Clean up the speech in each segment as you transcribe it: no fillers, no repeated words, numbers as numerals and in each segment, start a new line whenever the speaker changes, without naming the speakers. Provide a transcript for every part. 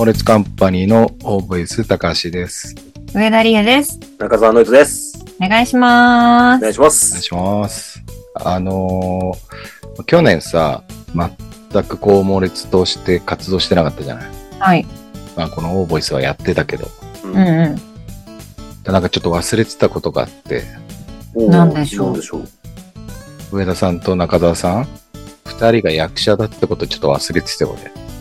モレツカンパニーのオーボイス高橋です。
上田理恵です。
中澤ノイズです。
お願いします。
お願いします。
お願いします。去年さ、全くこうモレツとして活動してなかったじゃない。
はい。
まあこのオーボイスはやってたけど、
うんうん。
なんかちょっと忘れてたことがあって。
なんでしょう。
上田さんと中澤さん、二人が役者だってことちょっと忘れてて、俺。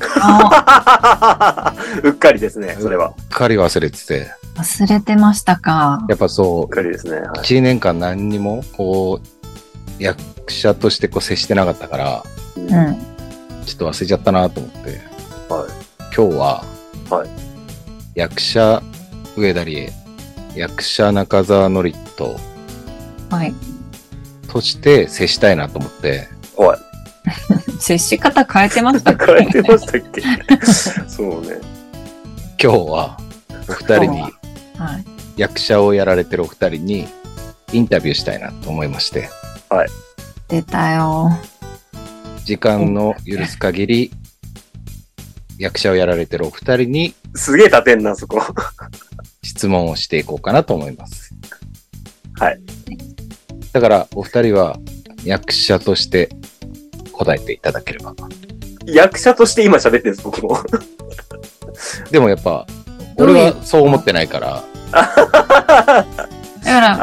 うっかりですね、それは。
うっかり忘れてて。
忘れてましたか。
やっぱそう。
うっかりですね。はい、
1年間何にも、こう、役者としてこう接してなかったから、
うん。
ちょっと忘れちゃったなと思って。
はい。
今日は、
はい。
役者上田理恵、役者中澤のりと、
はい。
として接したいなと思って。
はい。
接し方変えてましたっけ
変えてましたっけそうね。
今日は、お二人に、役者をやられてるお二人に、インタビューしたいなと思いまして。
はい。
出たよ。
時間の許す限り、役者をやられてるお二人に、
すげえ立てんな、そこ。
質問をしていこうかなと思います。
はい。
だから、お二人は、役者として答えていただければ。
役者として今喋ってるんです、僕も。
でもやっぱ、俺はそう思ってないから。
だから、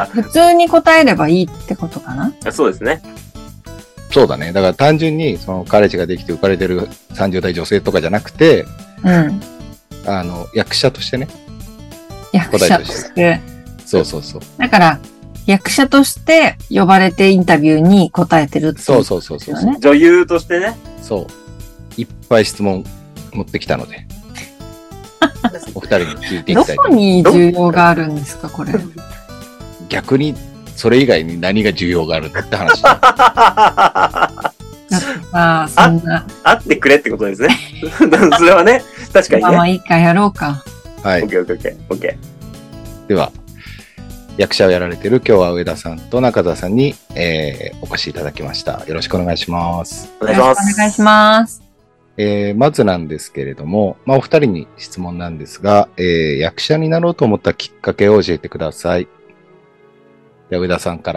普通に答えればいいってことかな。
そうですね。
そうだね。だから単純に、その彼氏ができて浮かれてる30代女性とかじゃなくて、
うん。
役者としてね。
役者として。
そうそうそう。
だから、役者として呼ばれてインタビューに答えてるっていう、ね。
そうそう。
女優としてね。
そう。いっぱい質問持ってきたので。お二人に聞いていきたいと思います。
どこに需要があるんですか、これ。
逆に、それ以外に何が需要があるって話。
だってさ、そんな。
あってくれってことですね。それはね、確かにね。
まあいいか、やろうか。
はい。
オッケー。
では、役者をやられている今日は上田さんと中澤さんに、お越しいただきました。よろしくお願いします。
お願いします。
お願いします。
まずなんですけれども、お二人に質問なんですが、役者になろうと思ったきっかけを教えてください。では上田さんから。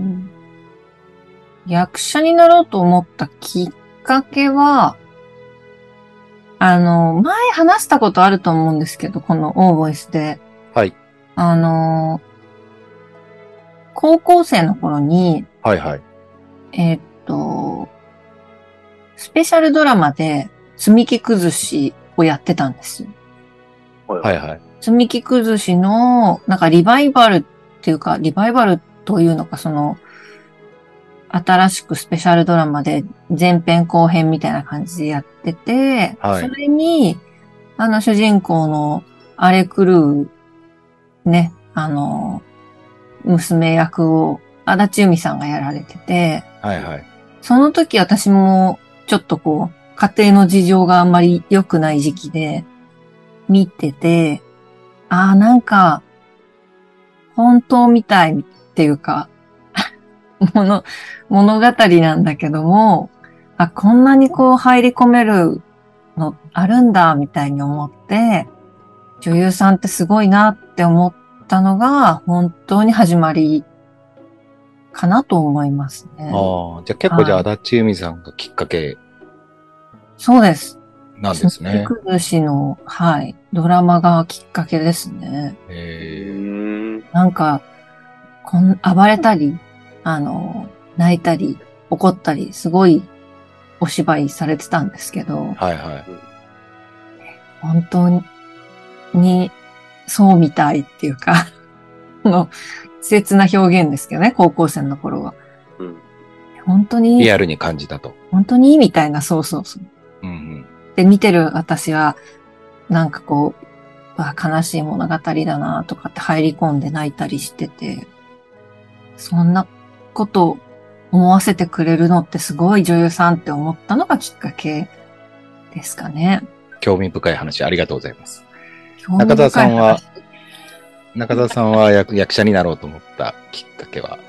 役者になろうと思ったきっかけは、前話したことあると思うんですけど、このオーボイスで。
はい。
高校生の頃に、
はいはい。
スペシャルドラマで積み木崩しをやってたんですよ。
はいはい。
積み木崩しの、なんかリバイバルっていうか、リバイバルというのか、新しくスペシャルドラマで前編後編みたいな感じでやってて、
はい、
それに、主人公の荒れ狂う、ね、娘役を足立由美さんがやられてて、
はいはい。
その時私もちょっとこう、家庭の事情があんまり良くない時期で見てて、なんか、本当みたいっていうか、物語なんだけども、こんなにこう入り込めるのあるんだ、みたいに思って、女優さんってすごいなって思ったのが、本当に始まりかなと思いますね。
じゃあ結構足立由美さんがきっかけ。
そうです。
なんですね。
崩しの、ドラマがきっかけですね。なんか、暴れたり、泣いたり、怒ったり、すごいお芝居されてたんですけど、
はいはい。
本当に、そうみたいっていうか、切な表現ですけどね、高校生の頃は。本当に、
リアルに感じたと。
本当にみたいな、そう。
うんうん、
で、見てる私は、なんかこう、悲しい物語だなとかって入り込んで泣いたりしてて、そんなこと思わせてくれるのってすごい女優さんって思ったのがきっかけですかね。
興味深い話ありがとうございます。中澤さんは役者になろうと思ったきっかけは？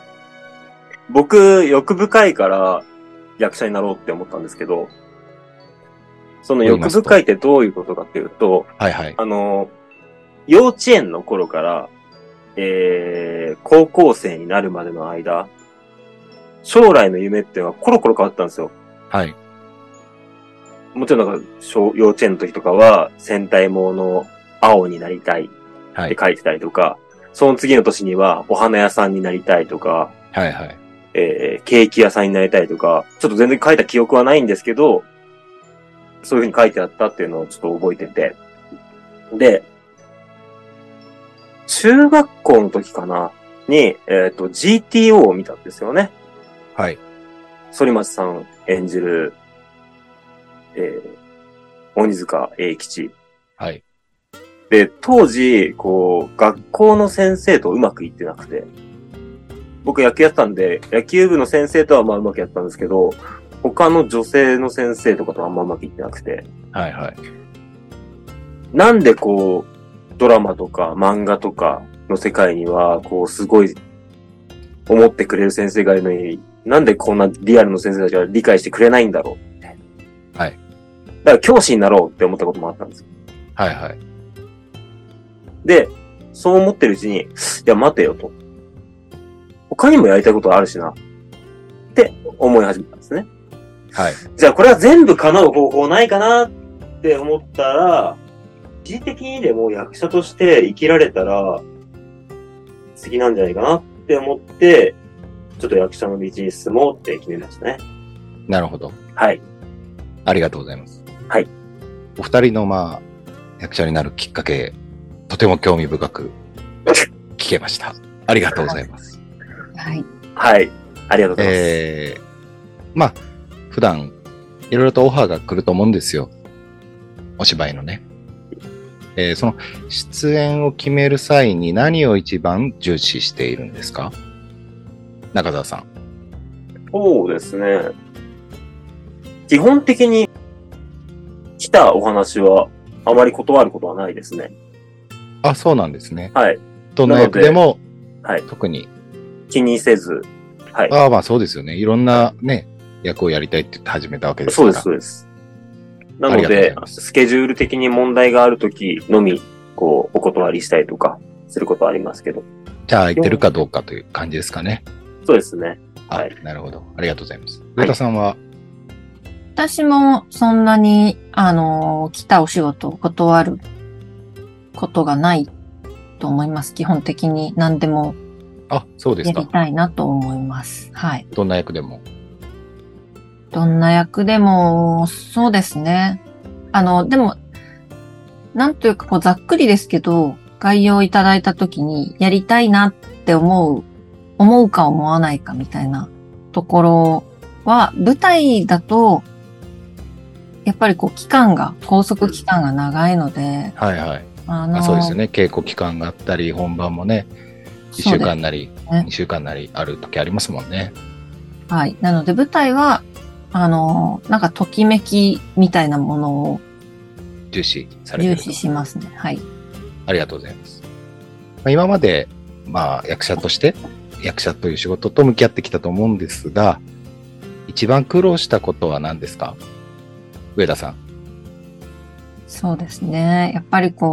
僕、欲深いから役者になろうって思ったんですけど、 その欲深いってどういうことかっていうと、
はいはい。
幼稚園の頃から、高校生になるまでの間、将来の夢っていうのはコロコロ変わったんですよ。
はい。
もちろんなんか、幼稚園の時とかは、戦隊もの青になりたいって書いてたりとか、その次の年にはお花屋さんになりたいとか、
はいはい。
ケーキ屋さんになりたいとか、ちょっと全然書いた記憶はないんですけど、そういう風に書いてあったっていうのをちょっと覚えてて。で、中学校の時かなに、GTO を見たんですよね。
はい。
反町さん演じる、鬼塚英吉。
はい。
で、当時、こう、学校の先生とうまくいってなくて、僕野球やってたんで、野球部の先生とはまあうまくやったんですけど、他の女性の先生とかとはあんまうまくいってなくて。
はいはい。
なんでこう、ドラマとか漫画とかの世界には、こう、すごい、思ってくれる先生がいるのに、なんでこんなリアルの先生たちが理解してくれないんだろうって。
はい。
だから教師になろうって思ったこともあったんですよ。
はいはい。
で、そう思ってるうちに、いや待てよと。他にもやりたいことあるしな。って思い始めたんですね。
はい。
じゃあこれは全部叶う方法ないかなって思ったら、一時的にでも役者として生きられたら、素敵なんじゃないかなって思って、ちょっと役者の道に進もうって決めましたね。
なるほど。
はい。
ありがとうございます。
はい。
お二人の役者になるきっかけ、とても興味深く聞けました。ありがとうございます。
はい。
はい。ありがとうござい
ます。普段、いろいろとオファーが来ると思うんですよ。お芝居のね。その出演を決める際に何を一番重視しているんですか？中澤さん。
そうですね。基本的に来たお話はあまり断ることはないですね。
あ、そうなんですね。
はい。
どの役でも、
はい。
特に。
気にせず。はい。
ああ、そうですよね。いろんなね、役をやりたいって言って始めたわけですから。
そうです。なので、スケジュール的に問題があるときのみ、こう、お断りしたりとか、することはありますけど。
じゃあ、空いてるかどうかという感じですかね。
そうですね。
はい。なるほど。ありがとうございます。上田さんは？
私もそんなに、来たお仕事を断ることがないと思います。基本的に何でも
そうですか。
やりたいなと思います。はい。
どんな役でも？
どんな役でも、そうですね。でも、なんというかざっくりですけど、概要いただいたときにやりたいなって思うか思わないかみたいなところは、舞台だと、やっぱり拘束期間が長いので。
はいはい。そうですよね。稽古期間があったり、本番もね、1週間なり、2週間なりある時ありますもんね。
はい。なので舞台は、なんかときめきみたいなものを
重視されてる。
重視しますね。はい。
ありがとうございます。今まで、役者として、役者という仕事と向き合ってきたと思うんですが、一番苦労したことは何ですか？上田さん。
そうですね。やっぱり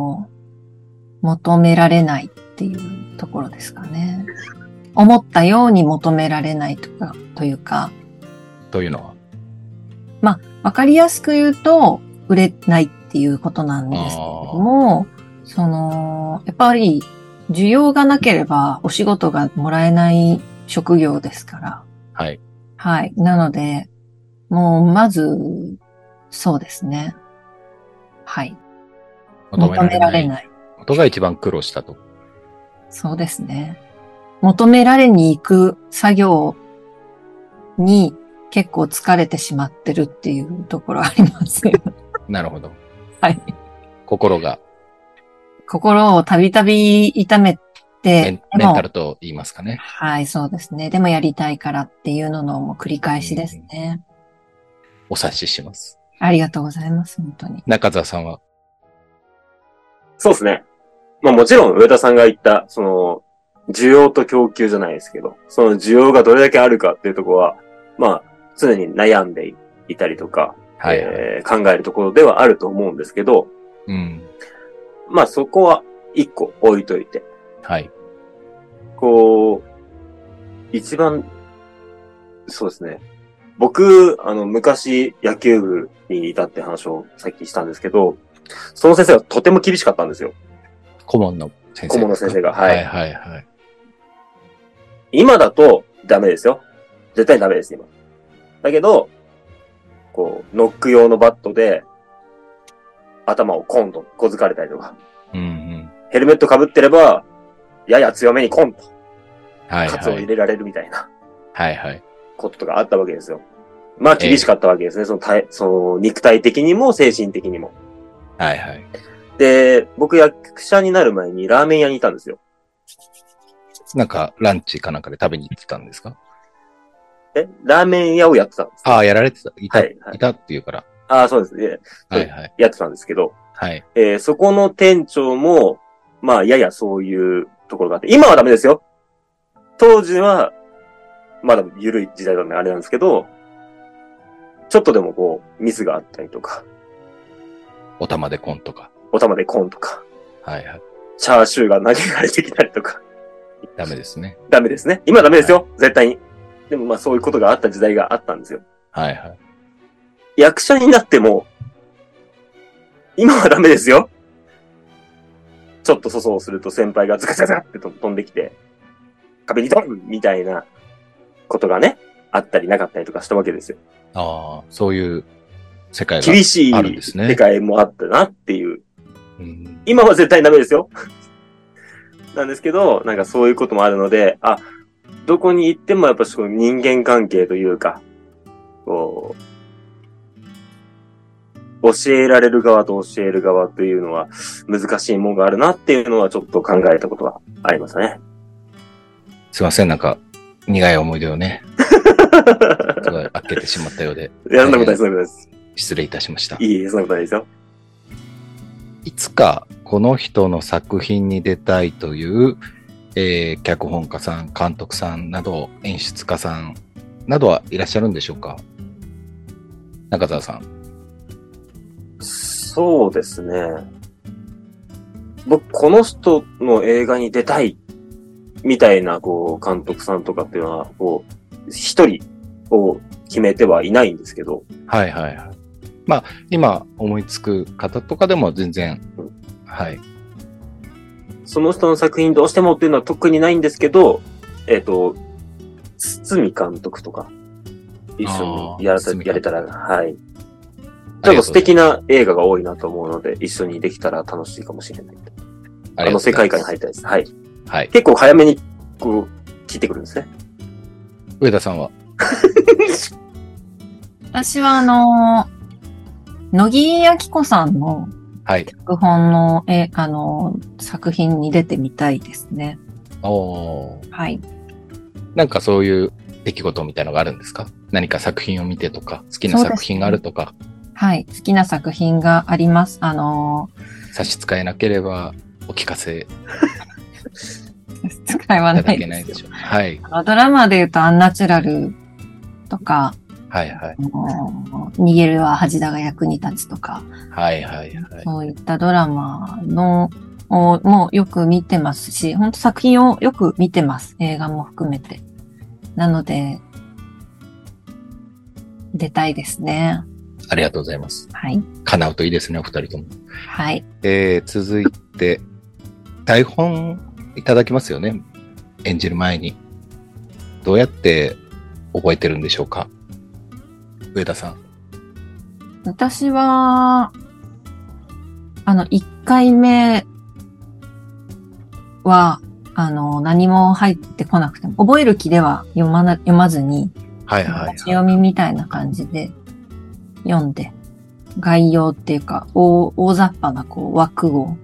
求められないっていうところですかね。思ったように求められないというか。
というのは？
わかりやすく言うと、売れないっていうことなんですけれども、やっぱり需要がなければお仕事がもらえない職業ですから。
はい。
はい。なので、もうまず、そうですね。はい。求められない。
ことが一番苦労したと。
そうですね。求められに行く作業に結構疲れてしまってるっていうところありますよ。
なるほど。
はい。
心
をたびたび痛めて。
メンタルと言いますかね。
はい、そうですね。でもやりたいからっていうのの繰り返しですね。
お察しします。
ありがとうございます、本当に。
中澤さんは？
そうですね。もちろん上田さんが言った、需要と供給じゃないですけど、その需要がどれだけあるかっていうところは、常に悩んでいたりとか、
はい、
考えるところではあると思うんですけど、
うん。
まあそこは一個置いといて、
はい。
こう、一番、そうですね。僕、昔野球部にいたって話をさっきしたんですけど、その先生がとても厳しかったんですよ。
顧問の先生。
顧問の先生が。はい。
はいはいはい。
今だとダメですよ。絶対ダメです、今。だけど、こう、ノック用のバットで、頭をコンと小づかれたりとか、
うんうん、
ヘルメット被ってれば、やや強めにコンと、
はいはい、
カツを入れられるみたいな、
はいはい。
こととかあったわけですよ。まあ厳しかったわけですね。その肉体的にも精神的にも。
はいはい。
で、僕役者になる前にラーメン屋にいたんですよ。
なんか、ランチかなんかで食べに行ってたんですか？
ラーメン屋をやってたんです。
ああ、やられてた。
はい、はい。
いたっていうから。
ああ、そうですね。
はいはい。
やってたんですけど。
はい。
そこの店長も、まあ、ややそういうところがあって、今はダメですよ。当時は、まだ緩い時代だね、あれなんですけど、ちょっとでもこう、ミスがあったりとか。
お玉でコンとか。
お玉でコンとか。
はいはい。
チャーシューが投げられてきたりとか。
ダメですね。
ダメですね。今はダメですよ、はい、絶対に。でもまあそういうことがあった時代があったんですよ。
はいはい。
役者になっても、今はダメですよ。ちょっと粗相すると先輩がズカズカズカって飛んできて、壁にドンみたいなことがね、あったりなかったりとかしたわけですよ。
ああ、そういう世界があるんですね。
厳しい世界もあったなっていう。
うん、
今は絶対ダメですよ。なんですけど、なんかそういうこともあるので、どこに行ってもやっぱそういう人間関係というか、こう、教えられる側と教える側というのは難しいもんがあるなっていうのはちょっと考えたことはありましたね。
すいません、なんか苦い思い出をね、すごい開けてしまったようで。
いや、そんなことない、そんなことないです。
失礼いたしました。
いいえ、そんなことないですよ。
いつかこの人の作品に出たいという、脚本家さん、監督さんなど、演出家さんなどはいらっしゃるんでしょうか？中澤さん。
そうですね。僕、この人の映画に出たいみたいな、こう、監督さんとかっていうのは、こう、一人を決めてはいないんですけど。
はいはいはい。まあ、今思いつく方とかでも全然、はい。
その人の作品どうしてもっていうのは特にないんですけど、堤監督とか、一緒にやれたら、はい。ちょっと素敵な映画が多いなと思うので、一緒にできたら楽しいかもしれない。世界観に入りたいです。はい。はい。結構早めに、こう、切ってくるんですね。
上田さんは
私は乃木明子さんの脚本の、作品に出てみたいですね。はい。
なんかそういう出来事みたいなのがあるんですか？何か作品を見てとか、好きな作品があるとか。
はい。好きな作品があります。
差し支えなければお聞かせ。
差し支えはないですよ。
はい。
ドラマで言うとアンナチュラルとか、
はいはい。
逃げるは恥だが役に立つとか、
はいはいはい。
そういったドラマもよく見てますし、本当作品をよく見てます。映画も含めて。なので、出たいですね。
ありがとうございます。
はい。
叶うといいですね、お二人とも。
はい。
続いて、台本いただきますよね。演じる前に。どうやって覚えてるんでしょうか？上田さん。
私は、1回目は、何も入ってこなくても、覚える気では読まずに、
はいはい、はい。
読みみたいな感じで読んで、概要っていうか、大雑把なこう枠を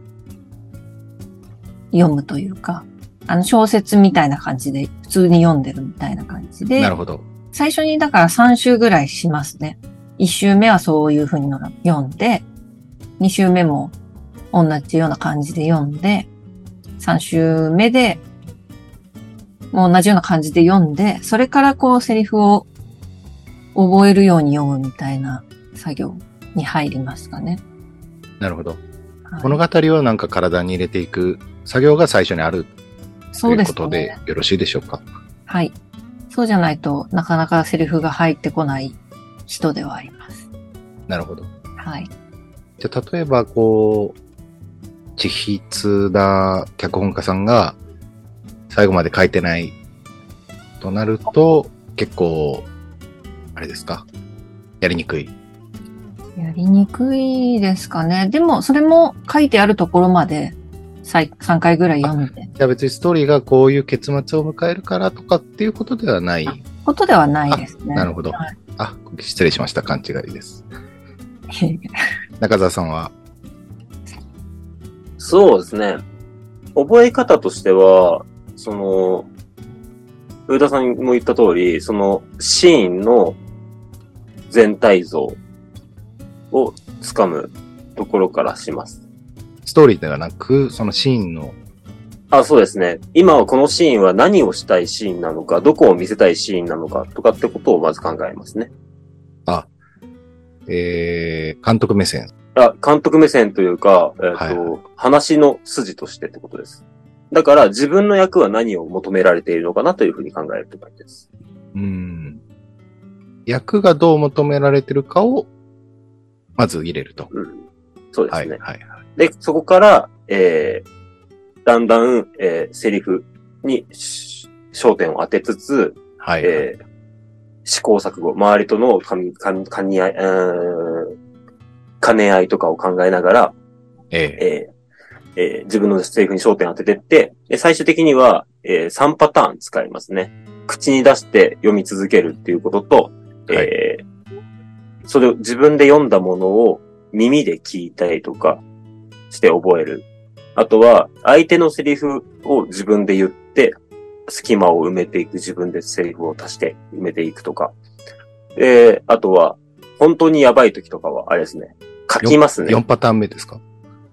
読むというか、小説みたいな感じで普通に読んでるみたいな感じで。
なるほど。
最初にだから3週ぐらいしますね。1週目はそういう風に読んで、2週目も同じような感じで読んで、3週目でもう同じような感じで読んで、それからこうセリフを覚えるように読むみたいな作業に入りますかね。
なるほど。
はい、
物語をなんか体に入れていく作業が最初にあると
そうです
いうことで
ね。
よろしいでしょうか。
はい。そうじゃないとなかなかセリフが入ってこない人ではあります。
なるほど。
はい。
じゃあ例えばこう、地筆だ脚本家さんが最後まで書いてないとなると結構、あれですか、やりにくい。
やりにくいですかね。でも、それも書いてあるところまで3回ぐらい読んで。
じゃあ別にストーリーがこういう結末を迎えるからとかっていうことではない。
ことではないですね。
なるほど。
はい、
あ、失礼しました。勘違いです。中澤さんは？
そうですね。覚え方としては、上田さんも言った通り、そのシーンの全体像をつかむところからします。
ストーリーではなく、そのシーンの。
あ、そうですね。今はこのシーンは何をしたいシーンなのか、どこを見せたいシーンなのかとかってことをまず考えますね。
あ、監督目線。
監督目線というか、話の筋としてってことです。だから自分の役は何を求められているのかなというふうに考えるという感じです。
役がどう求められているかをまず入れると。
そうですね。
はい。
で、そこから、だんだん、セリフに焦点を当てつつ、試行錯誤、周りとの兼ね合いとかを考えながら、自分のセリフに焦点を当ててって、最終的には、3パターン使いますね。口に出して読み続けるっていうことと、それを自分で読んだものを耳で聞いたりとかして覚える。あとは、相手のセリフを自分で言って、隙間を埋めていく。自分でセリフを足して埋めていくとか。あとは、本当にやばい時とかは、あれですね。書きますね。
4パターン目ですか？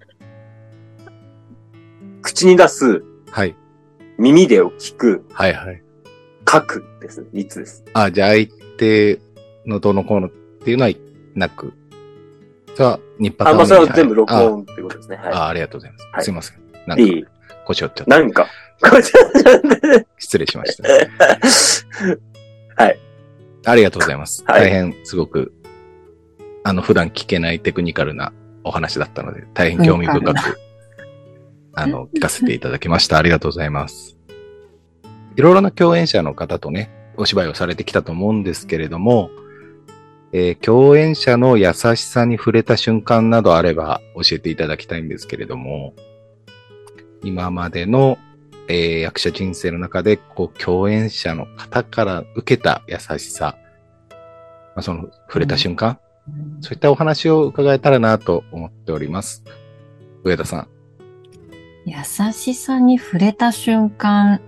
口に出す。
はい。
耳で聞く。
はい。
書くですね。3つです。
あ、じゃあ相手のどのこうのっていうのはなく。さあ、2パターン目。
それは全部録音ってことですね。はい。
ありがとうございます。
はい、
すいません。なんか、腰折っちゃった。
なんか、
失礼しました。
はい。
ありがとうございます。
はい、
大変すごく、普段聞けないテクニカルなお話だったので、大変興味深く、聞かせていただきました。ありがとうございます。いろいろな共演者の方とね、お芝居をされてきたと思うんですけれども、共演者の優しさに触れた瞬間などあれば教えていただきたいんですけれども、今までの、役者人生の中で共演者の方から受けた優しさ、その触れた瞬間、そういったお話を伺えたらなと思っております。上田さん。
優しさに触れた瞬間、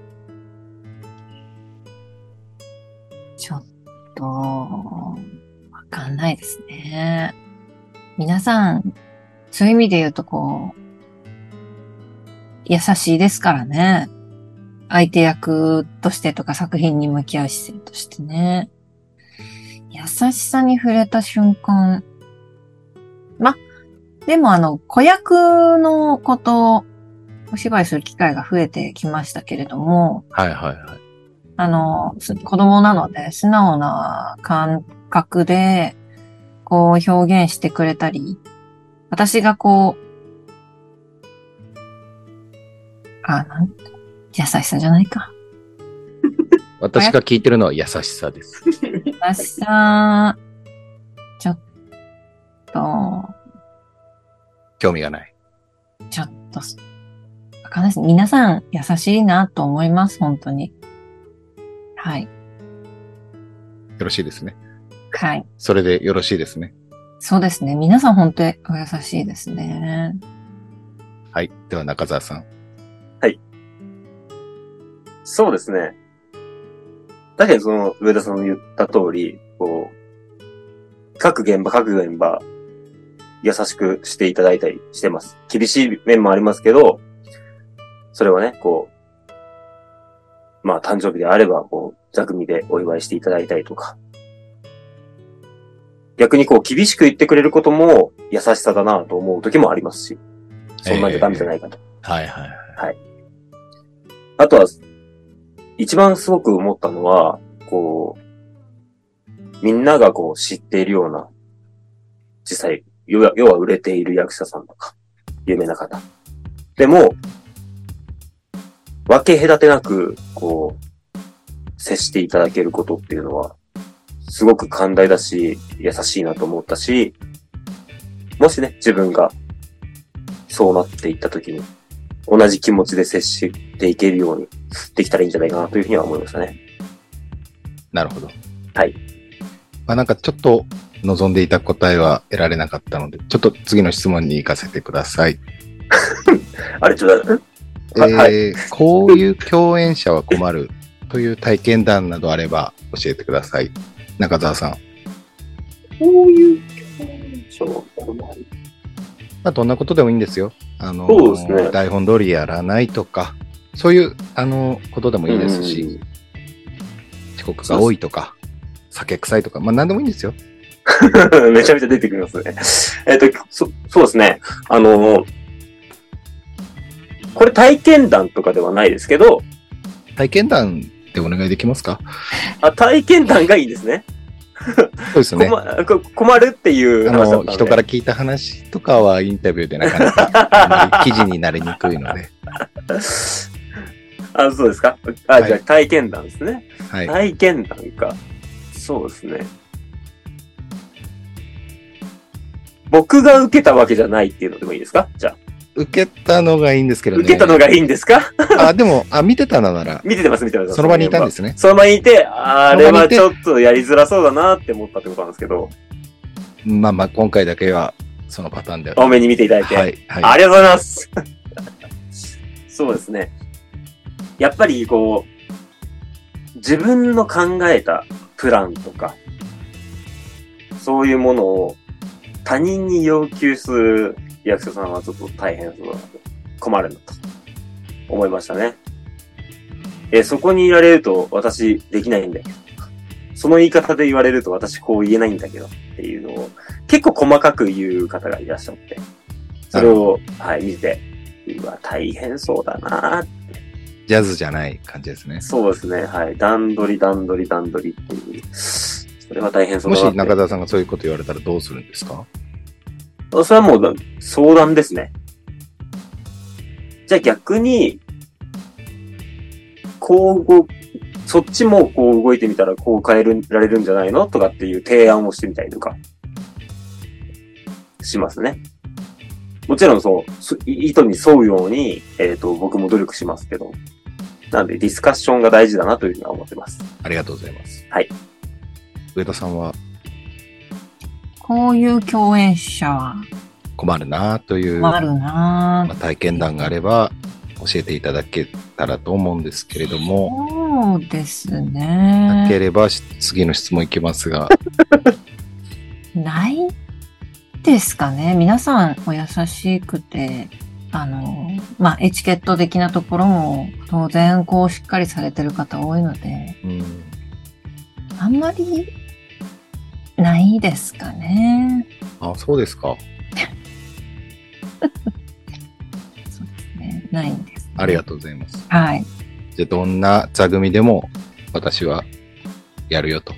ちょっと、わかんないですね。皆さん、そういう意味で言うと優しいですからね。相手役としてとか作品に向き合う姿勢としてね。優しさに触れた瞬間。でも子役のことお芝居する機会が増えてきましたけれども。
はい。
子供なので素直な感覚で表現してくれたり、私が優しさじゃないか。
私が聞いてるのは優しさです。
優しさ、ちょっと、
興味がない。
ちょっと、わかんないです。皆さん優しいなと思います、本当に。はい。よ
ろしいですね。
はい。
それでよろしいですね。
そうですね。皆さん本当にお優しいですね。
はい。では中澤さん。
はい。そうですね。確かに上田さんの言った通り、各現場、優しくしていただいたりしてます。厳しい面もありますけど、それはね、誕生日であれば、座組でお祝いしていただいたりとか。 逆にこう厳しく言ってくれることも優しさだなと思う時もありますし、そんなんじゃダメじゃないかと。
はいはい。
はい。あとは、一番すごく思ったのは、こう、みんながこう知っているような、実際、要は売れている役者さんとか、有名な方。でも、分け隔てなく、こう、接していただけることっていうのは、すごく寛大だし、優しいなと思ったし、もしね、自分がそうなっていった時に、同じ気持ちで接していけるようにできたらいいんじゃないかなというふうには思いましたね。
なるほど。
はい。
まあなんかちょっと望んでいた答えは得られなかったので、ちょっと次の質問に行かせてください。
あれ、ちょっと、
こういう共演者は困るという体験談などあれば教えてください。中澤さん。
こういう共演者は困る。
まあどんなことでもいいんですよ。
そうですね。
台本通りやらないとか、そういうことでもいいですし、遅刻が多いとか、酒臭いとか、まあ何でもいいんですよ。
めちゃめちゃ出てくるますね。そうですね。これ体験談とかではないですけど。
体験談でお願いできますか？
体験談がいいですね。
そうですね。
困るっていう話だったので。
人から聞いた話とかはインタビューでなかなか記事になりにくいので。
そうですか？じゃあ体験談ですね。
はい。
体験談か。そうですね。僕が受けたわけじゃないっていうのでもいいですか？じゃあ。
受けたのがいいんですけどね。
受けたのがいいんですか？
でも、見てたのなら。
見てます。
その場にいたんですね。
その場にいて、あれはちょっとやりづらそうだなって思ったってことなんですけど。
まあ、今回だけは、そのパターンで。
多めに見ていただいて。はい。ありがとうございます。そうですね。やっぱり、こう、自分の考えたプランとか、そういうものを他人に要求する役所さんはちょっと大変そうだなと、困るなと思いましたね。そこにいられると私できないんだけど、その言い方で言われると私こう言えないんだけどっていうのを結構細かく言う方がいらっしゃって、それを、見て、うわ、大変そうだなーって。
ジャズじゃない感じですね。
そうですね。はい。段取りっていう。それは大変そうだな。
もし中澤さんがそういうこと言われたらどうするんですか？
それはもう相談ですね。じゃあ逆に、そっちもこう動いてみたらこう変えられるんじゃないのとかっていう提案をしてみたりとか、しますね。もちろん意図に沿うように、僕も努力しますけど、なんでディスカッションが大事だなというふうには思ってます。
ありがとうございます。
はい。
上田さんは
こういう共演者は
困るなという体験談があれば教えていただけたらと思うんですけれども。
そうですね。
なければ次の質問いきますが。
ないですかね。皆さんお優しくて、エチケット的なところも当然こうしっかりされてる方多いので、あんまりないですかね。
そうですか。
そうですね。ないんです、ね。
ありがとうございます。
はい。
じゃあどんな座組でも私はやるよと。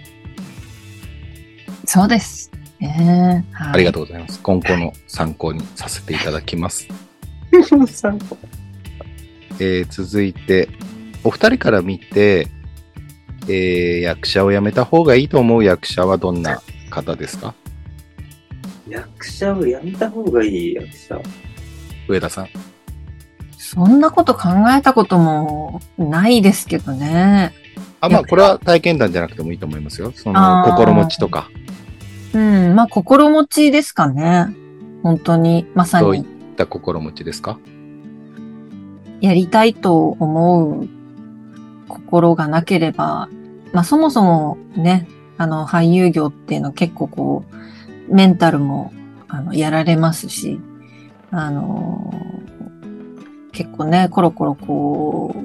そうです。はい、
ありがとうございます。今後の参考にさせていただきます。
参考。
続いて、お二人から見て、役者を辞めた方がいいと思う役者はどんな方ですか？
役者を辞めた方がいい役者。
上田さん。
そんなこと考えたこともないですけどね。
これは体験談じゃなくてもいいと思いますよ。心持ちとか。
心持ちですかね。本当に、まさに。
どういった心持ちですか？
やりたいと思う心がなければ、そもそもね、俳優業っていうのは結構メンタルも、やられますし、結構ね、コロコロ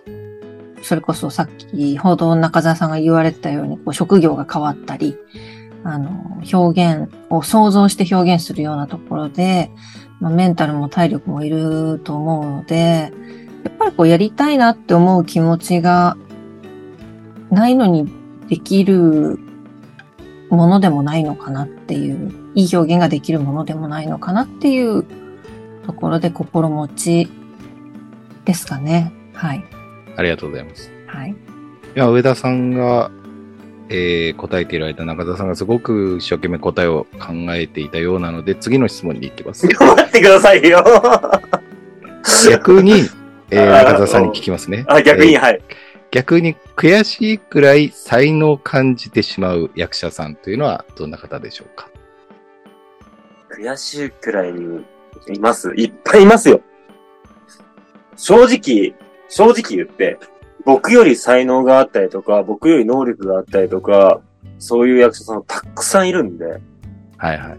それこそさっき報道中澤さんが言われてたように、職業が変わったり、 表現を想像して表現するようなところで、メンタルも体力もいると思うので、やっぱりこうやりたいなって思う気持ちがないのにできるものでもないのかなっていう、いい表現ができるものでもないのかなっていうところで心持ちですかね。はい。
ありがとうございます。
はい。
いや、上田さんが、答えている間、中田さんがすごく一生懸命答えを考えていたようなので、次の質問に行きます。
待ってくださいよ。
逆に、中田さんに聞きますね。
逆に、はい。
逆に悔しいくらい才能を感じてしまう役者さんというのはどんな方でしょうか？
悔しいくらいにいます。いっぱいいますよ。正直言って、僕より才能があったりとか、僕より能力があったりとか、そういう役者さんたくさんいるんで。
はいはい。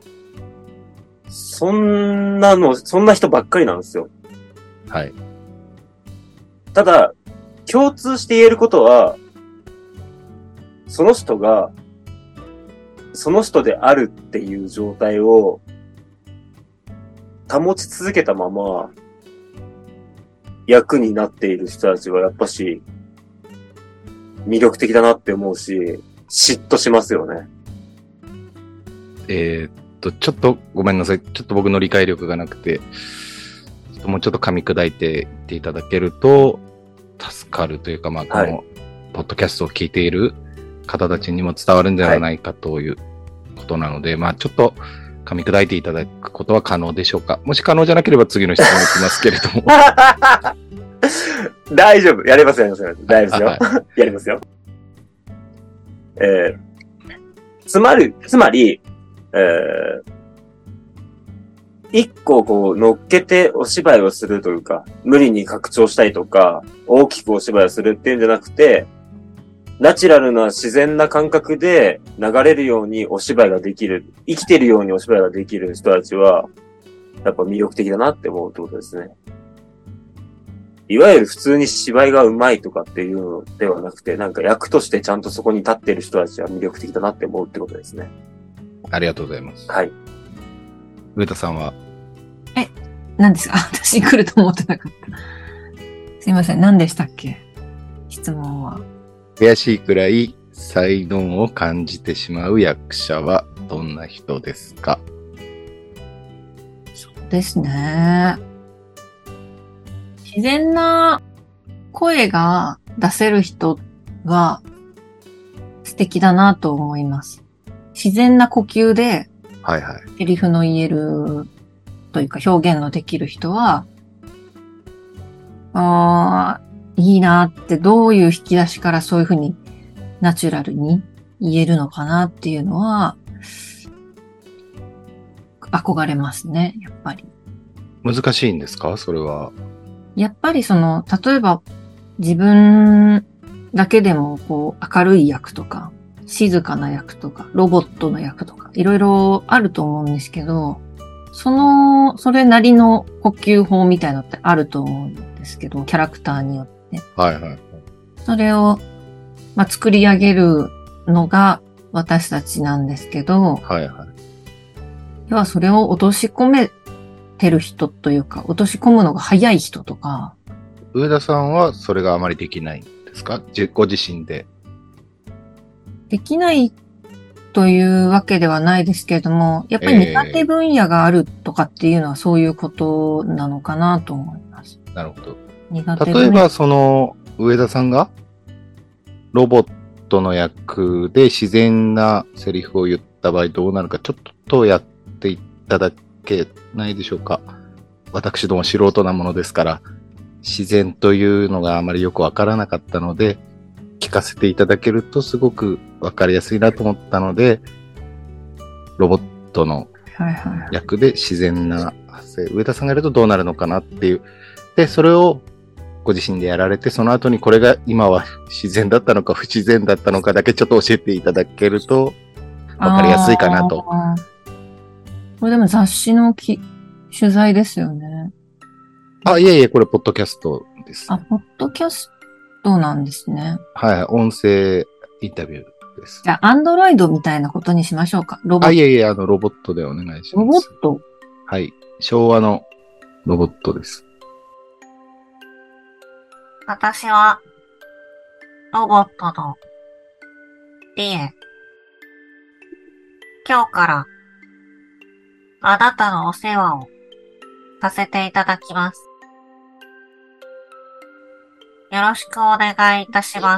そんな人ばっかりなんですよ。
はい。
ただ、共通して言えることは、その人が、その人であるっていう状態を保ち続けたまま、役になっている人たちはやっぱし、魅力的だなって思うし、嫉妬しますよね。
ちょっとごめんなさい。ちょっと僕の理解力がなくて、もうちょっと噛み砕いて言っていただけると、助かるというか、この、ポッドキャストを聞いている方たちにも伝わるんではないかということなので、ちょっと噛み砕いていただくことは可能でしょうか？もし可能じゃなければ次の質問に行きますけれども。
大丈夫。やります。大丈夫ですよ。やりますよ。つまり、一個こう乗っけてお芝居をするというか、無理に拡張したいとか、大きくお芝居をするっていうんじゃなくて、ナチュラルな自然な感覚で流れるようにお芝居ができる、生きてるようにお芝居ができる人たちは、やっぱ魅力的だなって思うってことですね。いわゆる普通に芝居が上手いとかっていうのではなくて、なんか役としてちゃんとそこに立っている人たちは魅力的だなって思うってことですね。
ありがとうございます。
はい。
上田さんは？
何ですか？私来ると思ってなかった。すいません。何でしたっけ？質問は。
悔しいくらい才能を感じてしまう役者はどんな人ですか？
そうですね。自然な声が出せる人は素敵だなと思います。自然な呼吸で、セリフの言えるというか表現のできる人は、いいなって、どういう引き出しからそういうふうにナチュラルに言えるのかなっていうのは、憧れますね、やっぱり。
難しいんですか？それは。
やっぱり例えば自分だけでも明るい役とか、静かな役とか、ロボットの役とか、いろいろあると思うんですけど、それなりの呼吸法みたいなのってあると思うんですけど、キャラクターによって。それを、作り上げるのが私たちなんですけど、要はそれを落とし込めてる人というか、落とし込むのが早い人とか。
上田さんはそれがあまりできないんですか？ご自身で。
できないというわけではないですけれども、やっぱり苦手分野があるとかっていうのはそういうことなのかなと思います。
なるほど。
苦手分野。
例えば上田さんがロボットの役で自然なセリフを言った場合どうなるかちょっとやっていただけないでしょうか？私ども素人なものですから、自然というのがあまりよくわからなかったので、聞かせていただけるとすごくわかりやすいなと思ったので、ロボットの役で自然な発声、上田さんがやるとどうなるのかなっていう。で、それをご自身でやられて、その後にこれが今は自然だったのか不自然だったのかだけちょっと教えていただけるとわかりやすいかなと。
これでも雑誌の取材ですよね。
いえいえ、これポッドキャストです。
ポッドキャストなんですね。
音声インタビューです。
じゃあ、アンドロイドみたいなことにしましょうか。ロボット。
いえいえ、ロボットでお願いします。
ロボット。
はい。昭和のロボットです。
私は、ロボットの、リエ。今日から、あなたのお世話を、させていただきます。よろしくお願いいたします。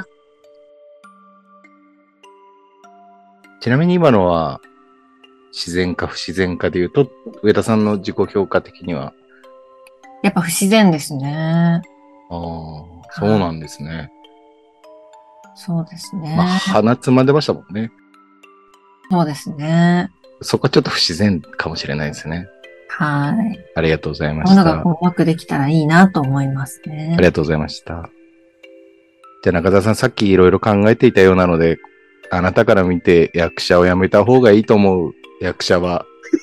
ちなみに今のは、自然か不自然かで言うと、上田さんの自己評価的には。
やっぱ不自然ですね。
ああ、そうなんですね。
そうですね。
まあ、鼻つまんでましたもんね。
そうですね。
そこはちょっと不自然かもしれないですね。
はい。
ありがとうございま
ものが
した。
うまくできたらいいなと思いますね。
ありがとうございました。じゃあ中澤さん、さっきいろいろ考えていたようなので、あなたから見て役者を辞めた方がいいと思う役者は、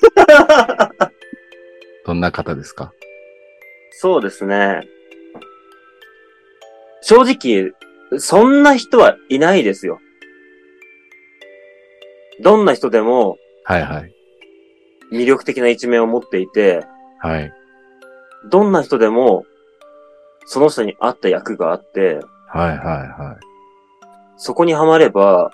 どんな方ですか？
そうですね。正直、そんな人はいないですよ。どんな人でも、
はいはい。
魅力的な一面を持っていて、
はい。
どんな人でも、その人に合った役があって、
はいはいはい。
そこにはまれば、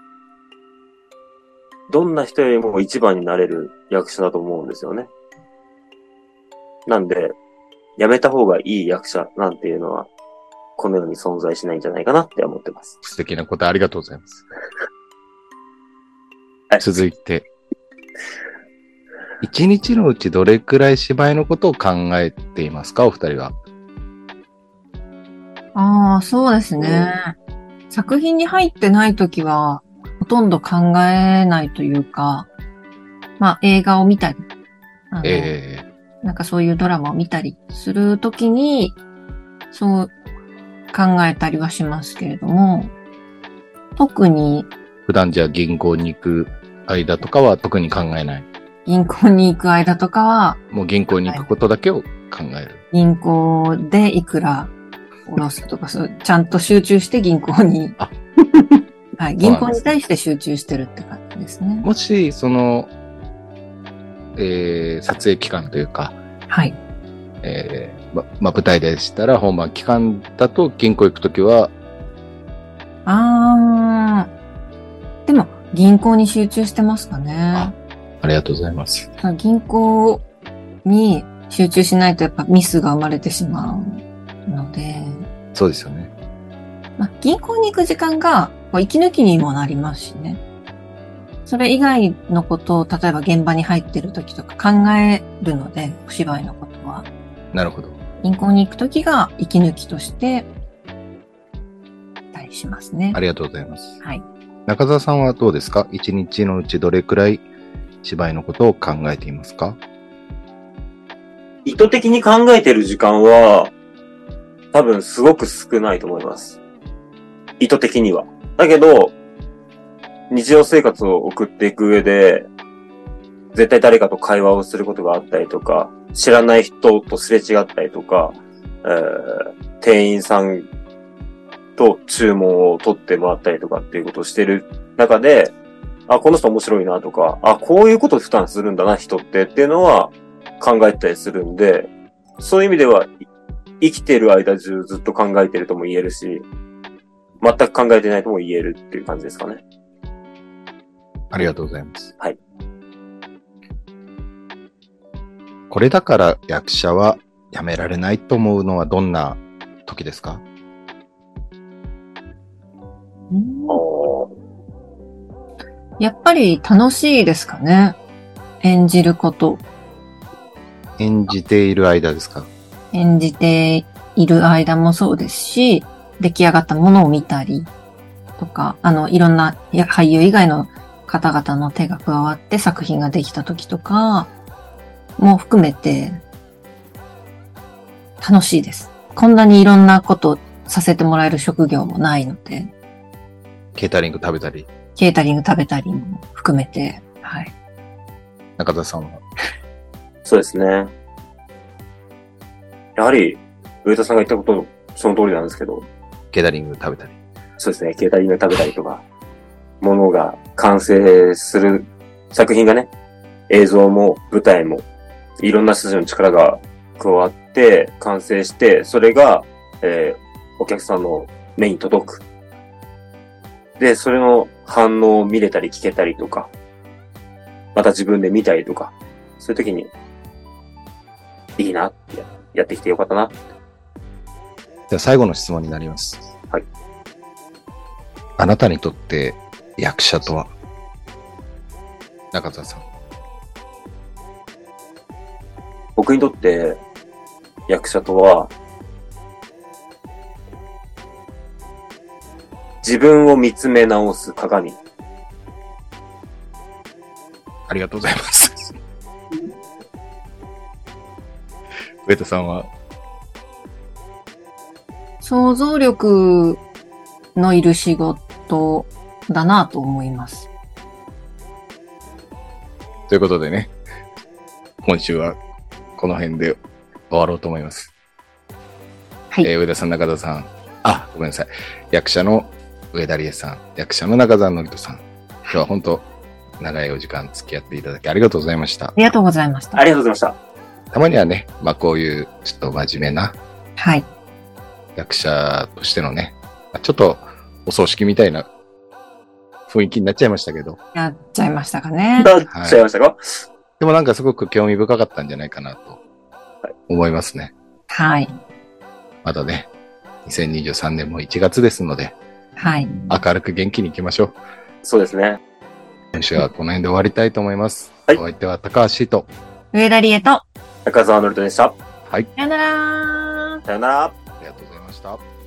どんな人よりも一番になれる役者だと思うんですよね。なんで、やめた方がいい役者なんていうのは、この世に存在しないんじゃないかなって思ってます。
素敵なことありがとうございます。
はい、
続いて、一日のうちどれくらい芝居のことを考えていますか、お二人は。
ああ、そうですね。作品に入ってないときは、ほとんど考えないというか、まあ映画を見たり、なんかそういうドラマを見たりするときに、そう考えたりはしますけれども、特に、
普段じゃあ銀行に行く間とかは特に考えない。
銀行に行く間とかは、
もう銀行に行くことだけを考える。
銀行でいくら下ろすとか、そうちゃんと集中して銀行に、はい、銀行に対して集中してるって感じですね。
もし、その、撮影期間というか、
はい。
舞台でしたら本番期間だと銀行行くときは、
でも銀行に集中してますかね。
ありがとうございます。
銀行に集中しないとやっぱミスが生まれてしまうので。
そうですよね。
まあ、銀行に行く時間が息抜きにもなりますしね。それ以外のことを、例えば現場に入ってる時とか考えるので、お芝居のことは。
なるほど。
銀行に行く時が息抜きとしてたりしますね。
ありがとうございます。
はい。
中澤さんはどうですか？一日のうちどれくらい芝居のことを考えていますか？
意図的に考えてる時間は、多分すごく少ないと思います。意図的には。だけど、日常生活を送っていく上で、絶対誰かと会話をすることがあったりとか、知らない人とすれ違ったりとか、店員さんと注文を取ってもらったりとかっていうことをしてる中で、あ、この人面白いなとか、あ、こういうことを普段するんだな、人っていうのは考えたりするんで、そういう意味では、生きてる間中ずっと考えてるとも言えるし、全く考えてないとも言えるっていう感じですかね。
ありがとうございます。
はい。
これだから役者は辞められないと思うのはどんな時ですか？
やっぱり楽しいですかね。演じること。
演じている間ですか？
演じている間もそうですし、出来上がったものを見たりとか、いろんな俳優以外の方々の手が加わって作品ができた時とかも含めて楽しいです。こんなにいろんなことさせてもらえる職業もないので。
ケータリング食べたり。
ケータリング食べたりも含めて、はい。
中田さんは？
そうですね。やはり、上田さんが言ったこと、その通りなんですけど。
ケータリング食べたり。
そうですね。ケータリング食べたりとか。 ものが完成する作品がね、映像も舞台もいろんな人たちの力が加わって完成して、それが、お客さんの目に届く。で、それの反応を見れたり聞けたりとか、また自分で見たりとか、そういう時に、いいなってやってきてよかったな。
じゃあ最後の質問になります。
はい。
あなたにとって役者とは？中澤さん。
僕にとって役者とは、自分を見つめ直す鏡。
ありがとうございます。上田さんは？
想像力のいる仕事だなと思います。
ということでね、今週はこの辺で終わろうと思います。
はい。
上田さん、中田さん、ごめんなさい。役者の上田理恵さん、役者の中澤典人さん、今日は本当長いお時間付き合っていただきありがとうございました。
ありがとうございました。
ありがとうございました。
たまにはね、こういうちょっと真面目な
はい。
役者としてのね、ちょっとお葬式みたいな雰囲気になっちゃいましたけど。
やっちゃいましたかね。
なっちゃいましたか？
でもなんかすごく興味深かったんじゃないかなと思いますね。
はい。
まだね、2023年も1月ですので、
はい。
明るく元気に行きましょう。
そうですね。
今週はこの辺で終わりたいと思います。
はい。
お相手は高橋と
上田理恵と
中澤典人でした。
はい。
さよなら。
さよなら。
ありがとうございました。